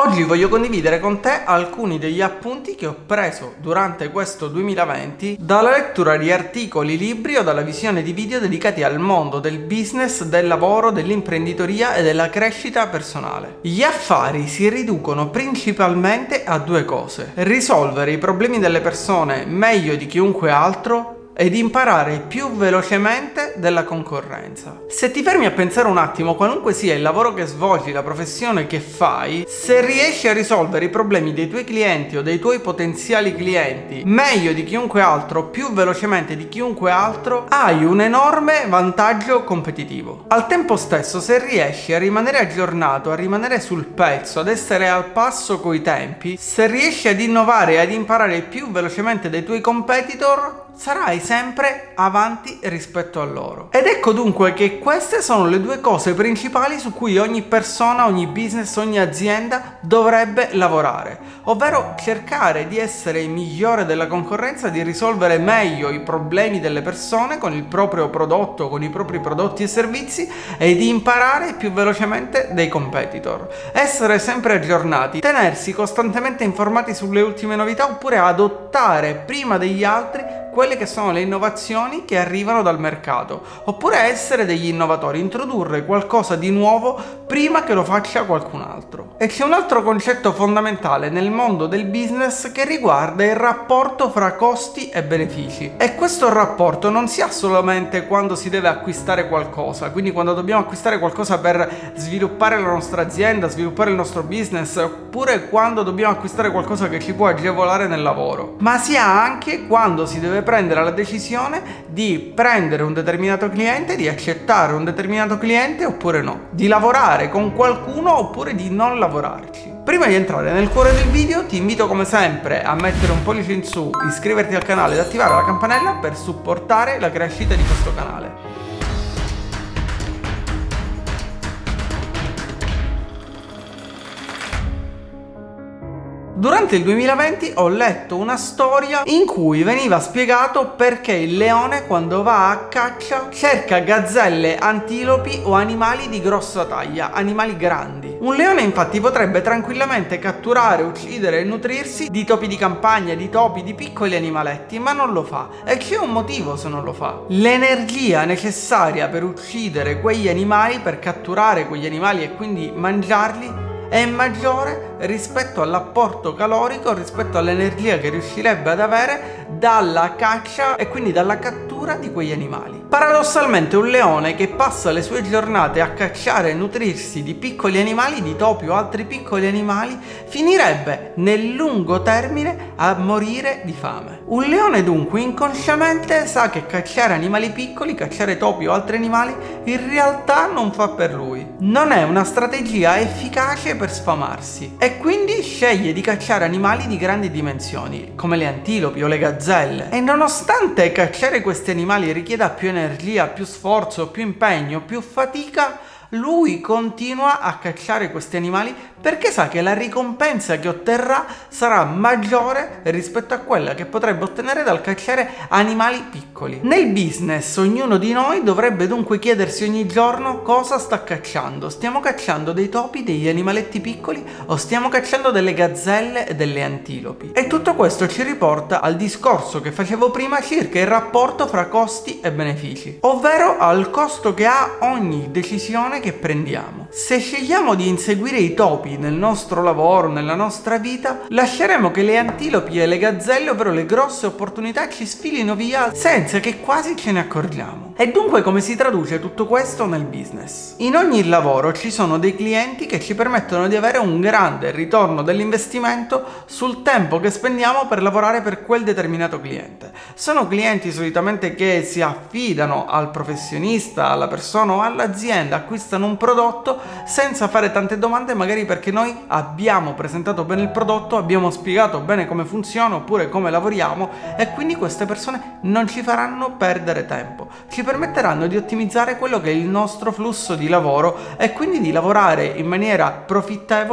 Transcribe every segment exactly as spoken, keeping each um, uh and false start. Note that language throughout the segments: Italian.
Oggi voglio condividere con te alcuni degli appunti che ho preso durante questo duemilaventi dalla lettura di articoli, libri o dalla visione di video dedicati al mondo del business, del lavoro, dell'imprenditoria e della crescita personale. Gli affari si riducono principalmente a due cose: risolvere i problemi delle persone meglio di chiunque altro ed imparare più velocemente della concorrenza. Se ti fermi a pensare un attimo, qualunque sia il lavoro che svolgi, la professione che fai, se riesci a risolvere i problemi dei tuoi clienti o dei tuoi potenziali clienti meglio di chiunque altro, più velocemente di chiunque altro, hai un enorme vantaggio competitivo. Al tempo stesso, se riesci a rimanere aggiornato, a rimanere sul pezzo, ad essere al passo coi tempi, se riesci ad innovare e ad imparare più velocemente dei tuoi competitor, sarai sempre avanti rispetto a loro. Ed ecco dunque che queste sono le due cose principali su cui ogni persona, ogni business, ogni azienda dovrebbe lavorare, ovvero cercare di essere migliore della concorrenza, di risolvere meglio i problemi delle persone con il proprio prodotto, con i propri prodotti e servizi, e di imparare più velocemente dei competitor. Essere sempre aggiornati, tenersi costantemente informati sulle ultime novità, oppure adottare prima degli altri quelle che sono le innovazioni che arrivano dal mercato, oppure essere degli innovatori, introdurre qualcosa di nuovo prima che lo faccia qualcun altro. E c'è un altro concetto fondamentale nel mondo del business che riguarda il rapporto fra costi e benefici. E questo rapporto non si ha solamente quando si deve acquistare qualcosa, quindi quando dobbiamo acquistare qualcosa per sviluppare la nostra azienda, sviluppare il nostro business, oppure quando dobbiamo acquistare qualcosa che ci può agevolare nel lavoro, ma si ha anche quando si deve prendere la decisione di prendere un determinato cliente, di accettare un determinato cliente oppure no, di lavorare con qualcuno oppure di non lavorarci. Prima di entrare nel cuore del video ti invito come sempre a mettere un pollice in su, iscriverti al canale ed attivare la campanella per supportare la crescita di questo canale. Durante il duemilaventi ho letto una storia in cui veniva spiegato perché il leone, quando va a caccia, cerca gazzelle, antilopi o animali di grossa taglia, animali grandi. Un leone infatti potrebbe tranquillamente catturare, uccidere e nutrirsi di topi di campagna, di topi, di piccoli animaletti, ma non lo fa. E c'è un motivo se non lo fa. L'energia necessaria per uccidere quegli animali, per catturare quegli animali e quindi mangiarli, è maggiore rispetto all'apporto calorico, rispetto all'energia che riuscirebbe ad avere dalla caccia e quindi dalla cattura di quegli animali. Paradossalmente un leone che passa le sue giornate a cacciare e nutrirsi di piccoli animali, di topi o altri piccoli animali, finirebbe nel lungo termine a morire di fame. Un leone dunque inconsciamente sa che cacciare animali piccoli, cacciare topi o altri animali in realtà non fa per lui. Non è una strategia efficace per sfamarsi e quindi sceglie di cacciare animali di grandi dimensioni come le antilopi o le gazzelle. E nonostante cacciare questi animali richieda più energia, più sforzo, più impegno, più fatica, lui continua a cacciare questi animali perché sa che la ricompensa che otterrà sarà maggiore rispetto a quella che potrebbe ottenere dal cacciare animali piccoli. Nel business ognuno di noi dovrebbe dunque chiedersi ogni giorno cosa sta cacciando. Stiamo cacciando dei topi, degli animaletti piccoli, o stiamo cacciando delle gazzelle e delle antilopi? E tutto questo ci riporta al discorso che facevo prima circa il rapporto fra costi e benefici, ovvero al costo che ha ogni decisione che prendiamo. Se scegliamo di inseguire i topi nel nostro lavoro, nella nostra vita, lasceremo che le antilopi e le gazzelle, ovvero le grosse opportunità, ci sfilino via senza che quasi ce ne accorgiamo. E dunque come si traduce tutto questo nel business? In ogni lavoro ci sono dei clienti che ci permettono di avere un grande ritorno dell'investimento sul tempo che spendiamo per lavorare per quel determinato cliente. Sono clienti solitamente che si affidano al professionista, alla persona o all'azienda, acquistano un prodotto senza fare tante domande, magari perché noi abbiamo presentato bene il prodotto, abbiamo spiegato bene come funziona oppure come lavoriamo, e quindi queste persone non ci faranno perdere tempo, ci permetteranno di ottimizzare quello che è il nostro flusso di lavoro e quindi di lavorare in maniera profittevole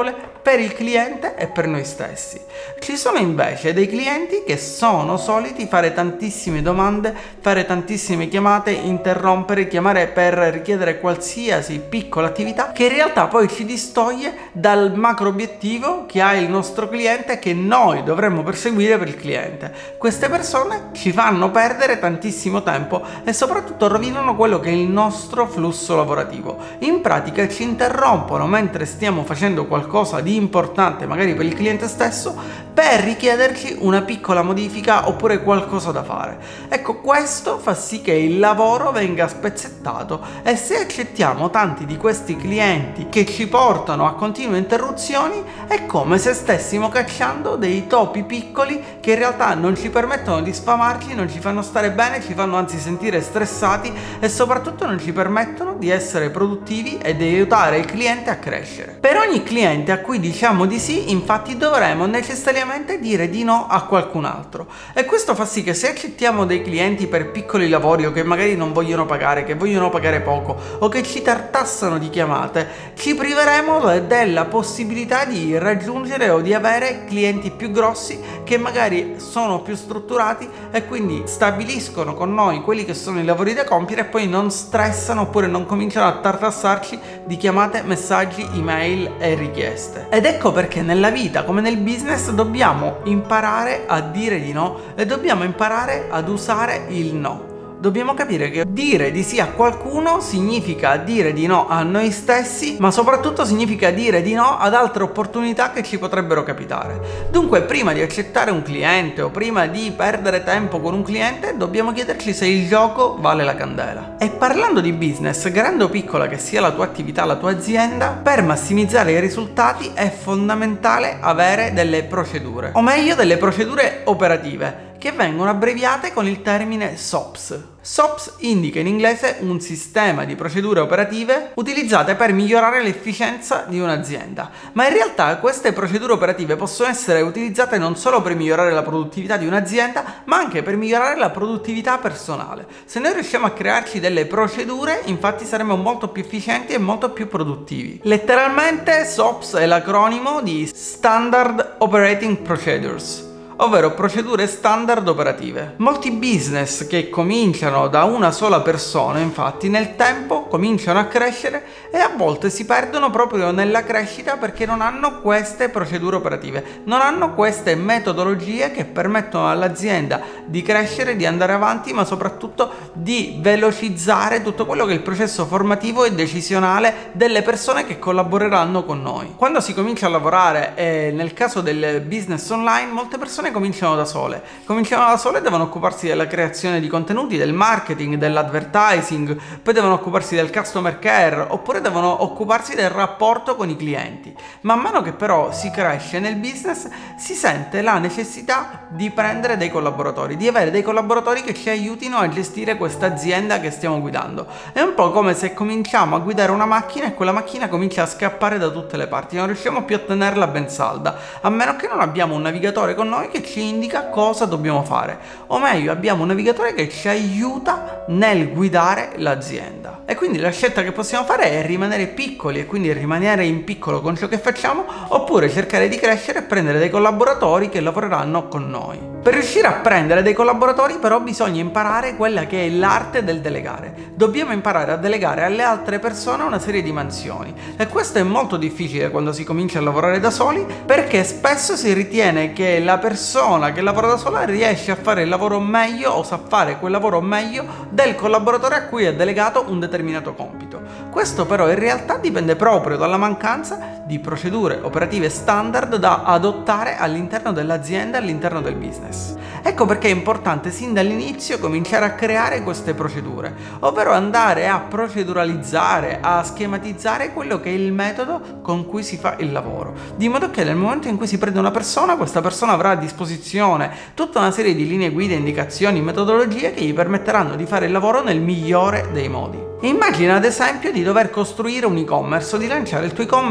per il cliente e per noi stessi. Ci sono invece dei clienti che sono soliti fare tantissime domande, fare tantissime chiamate, interrompere, chiamare per richiedere qualsiasi piccola attività che in realtà poi ci distoglie dal macro obiettivo che ha il nostro cliente, che noi dovremmo perseguire per il cliente. Queste persone ci fanno perdere tantissimo tempo e soprattutto rovinano quello che è il nostro flusso lavorativo. In pratica ci interrompono mentre stiamo facendo qualcosa di importante, magari per il cliente stesso, per richiederci una piccola modifica oppure qualcosa da fare. Ecco, questo fa sì che il lavoro venga spezzettato, e se accettiamo tanti di questi clienti che ci portano a continue interruzioni, è come se stessimo cacciando dei topi piccoli che in realtà non ci permettono di sfamarci, non ci fanno stare bene, ci fanno anzi sentire stressati e soprattutto non ci permettono di essere produttivi e di aiutare il cliente a crescere. Per ogni cliente a cui diciamo di sì, infatti, dovremo necessariamente dire di no a qualcun altro, e questo fa sì che se accettiamo dei clienti per piccoli lavori o che magari non vogliono pagare, che vogliono pagare poco o che ci tartassano di chiamate, ci priveremo della possibilità di raggiungere o di avere clienti più grossi che magari sono più strutturati e quindi stabiliscono con noi quelli che sono i lavori da compiere e poi non stressano oppure non cominciano a tartassarci di chiamate, messaggi, email e richieste. Ed ecco perché nella vita come nel business dobbiamo imparare a dire di no e dobbiamo imparare ad usare il no. Dobbiamo capire che dire di sì a qualcuno significa dire di no a noi stessi, ma soprattutto significa dire di no ad altre opportunità che ci potrebbero capitare. Dunque, prima di accettare un cliente o prima di perdere tempo con un cliente, dobbiamo chiederci se il gioco vale la candela. E parlando di business, grande o piccola che sia la tua attività, la tua azienda, per massimizzare i risultati è fondamentale avere delle procedure, o meglio delle procedure operative, che vengono abbreviate con il termine S O P S. S O P S indica in inglese un sistema di procedure operative utilizzate per migliorare l'efficienza di un'azienda, ma in realtà queste procedure operative possono essere utilizzate non solo per migliorare la produttività di un'azienda, ma anche per migliorare la produttività personale. Se noi riusciamo a crearci delle procedure, infatti saremo molto più efficienti e molto più produttivi. Letteralmente S O P S è l'acronimo di Standard Operating Procedures, ovvero procedure standard operative. Molti business che cominciano da una sola persona, infatti, nel tempo cominciano a crescere e a volte si perdono proprio nella crescita perché non hanno queste procedure operative, non hanno queste metodologie che permettono all'azienda di crescere, di andare avanti, ma soprattutto di velocizzare tutto quello che è il processo formativo e decisionale delle persone che collaboreranno con noi. Quando si comincia a lavorare, e nel caso del business online, molte persone cominciano da sole, cominciano da sole e devono occuparsi della creazione di contenuti, del marketing, dell'advertising, poi devono occuparsi del customer care, oppure devono occuparsi del rapporto con i clienti. Man mano che però si cresce nel business, si sente la necessità di prendere dei collaboratori, di avere dei collaboratori che ci aiutino a gestire questa azienda che stiamo guidando. È un po' come se cominciamo a guidare una macchina e quella macchina comincia a scappare da tutte le parti, non riusciamo più a tenerla ben salda, a meno che non abbiamo un navigatore con noi che ci indica cosa dobbiamo fare, o meglio abbiamo un navigatore che ci aiuta nel guidare l'azienda. E quindi la scelta che possiamo fare è rimanere piccoli e quindi rimanere in piccolo con ciò che facciamo, oppure cercare di crescere e prendere dei collaboratori che lavoreranno con noi. Per riuscire a prendere dei collaboratori però bisogna imparare quella che è l'arte del delegare. Dobbiamo imparare a delegare alle altre persone una serie di mansioni, e questo è molto difficile quando si comincia a lavorare da soli, perché spesso si ritiene che la persona persona che lavora da sola riesce a fare il lavoro meglio o sa fare quel lavoro meglio del collaboratore a cui è delegato un determinato compito. Questo però in realtà dipende proprio dalla mancanza di procedure operative standard da adottare all'interno dell'azienda, all'interno del business. Ecco perché è importante sin dall'inizio cominciare a creare queste procedure, ovvero andare a proceduralizzare, a schematizzare quello che è il metodo con cui si fa il lavoro, di modo che nel momento in cui si prende una persona, questa persona avrà a disposizione tutta una serie di linee guida, indicazioni, metodologie che gli permetteranno di fare il lavoro nel migliore dei modi. Immagina ad esempio di dover costruire un e-commerce o di lanciare il tuo e-commerce in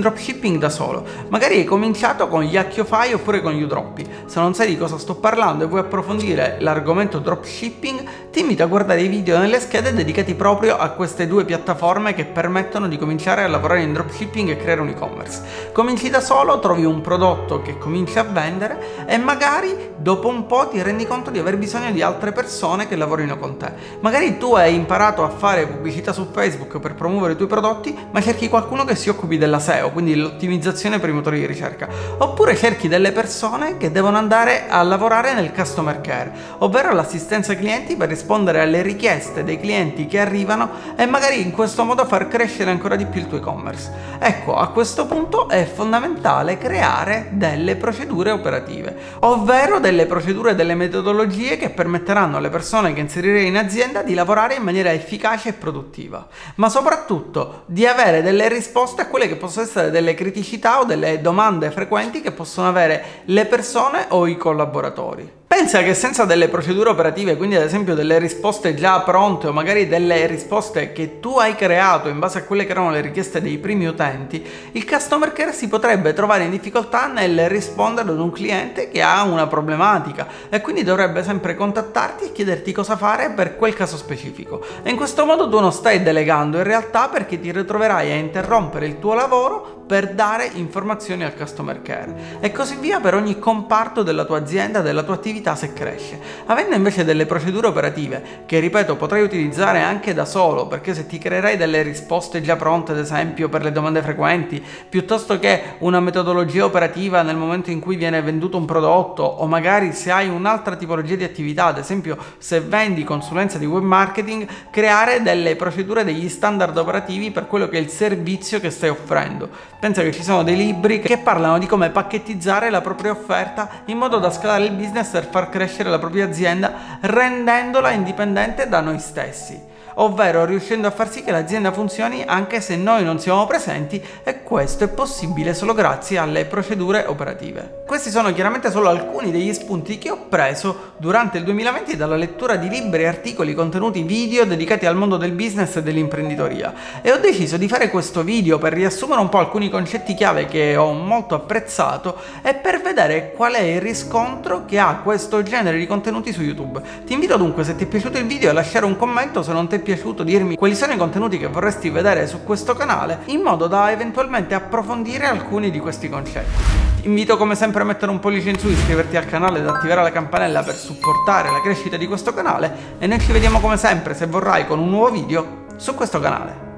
dropshipping da solo. Magari hai cominciato con Yakiofy oppure con Udroppi. Se non sai di cosa sto parlando e vuoi approfondire l'argomento dropshipping, ti invito a guardare i video nelle schede dedicati proprio a queste due piattaforme che permettono di cominciare a lavorare in dropshipping e creare un e-commerce. Cominci da solo, trovi un prodotto che cominci a vendere e magari dopo un po' ti rendi conto di aver bisogno di altre persone che lavorino con te. Magari tu hai imparato a fare pubblicità su Facebook per promuovere i tuoi prodotti, ma cerchi qualcuno che si occupi della S E O, quindi l'ottimizzazione per i motori di ricerca. Oppure cerchi delle persone che devono andare a lavorare nel customer care, ovvero l'assistenza clienti per rispondere alle richieste dei clienti che arrivano e magari in questo modo far crescere ancora di più il tuo e-commerce. Ecco, a questo punto è fondamentale creare delle procedure operative, ovvero delle procedure e delle metodologie che permetteranno alle persone che inserirei in azienda di lavorare in maniera efficace e produttiva, ma soprattutto di avere delle risposte a quelle che possono essere delle criticità o delle domande frequenti che possono avere le persone o i collaboratori. Pensa che senza delle procedure operative, quindi ad esempio delle risposte già pronte o magari delle risposte che tu hai creato in base a quelle che erano le richieste dei primi utenti, il customer care si potrebbe trovare in difficoltà nel rispondere ad un cliente che ha una problematica e quindi dovrebbe sempre contattarti e chiederti cosa fare per quel caso specifico. E in questo modo tu non stai delegando in realtà, perché ti ritroverai a interrompere il tuo lavoro per dare informazioni al customer care e così via per ogni comparto della tua azienda, della tua attività se cresce. Avendo invece delle procedure operative che, ripeto, potrai utilizzare anche da solo, perché se ti creerai delle risposte già pronte ad esempio per le domande frequenti, piuttosto che una metodologia operativa nel momento in cui viene venduto un prodotto, o magari se hai un'altra tipologia di attività, ad esempio se vendi consulenza di web marketing, creare delle procedure, degli standard operativi per quello che è il servizio che stai offrendo. Pensa che ci sono dei libri che parlano di come pacchettizzare la propria offerta in modo da scalare il business per far crescere la propria azienda, rendendola indipendente da noi stessi, ovvero riuscendo a far sì che l'azienda funzioni anche se noi non siamo presenti, e questo è possibile solo grazie alle procedure operative. Questi sono chiaramente solo alcuni degli spunti che ho preso durante il duemilaventi dalla lettura di libri, articoli, contenuti video dedicati al mondo del business e dell'imprenditoria, e ho deciso di fare questo video per riassumere un po' alcuni concetti chiave che ho molto apprezzato e per vedere qual è il riscontro che ha questo genere di contenuti su YouTube. Ti invito dunque, se ti è piaciuto il video, a lasciare un commento, se non ti è piaciuto dirmi quali sono i contenuti che vorresti vedere su questo canale, in modo da eventualmente approfondire alcuni di questi concetti. Ti invito come sempre a mettere un pollice in su, iscriverti al canale ed attivare la campanella per supportare la crescita di questo canale, e noi ci vediamo come sempre, se vorrai, con un nuovo video su questo canale.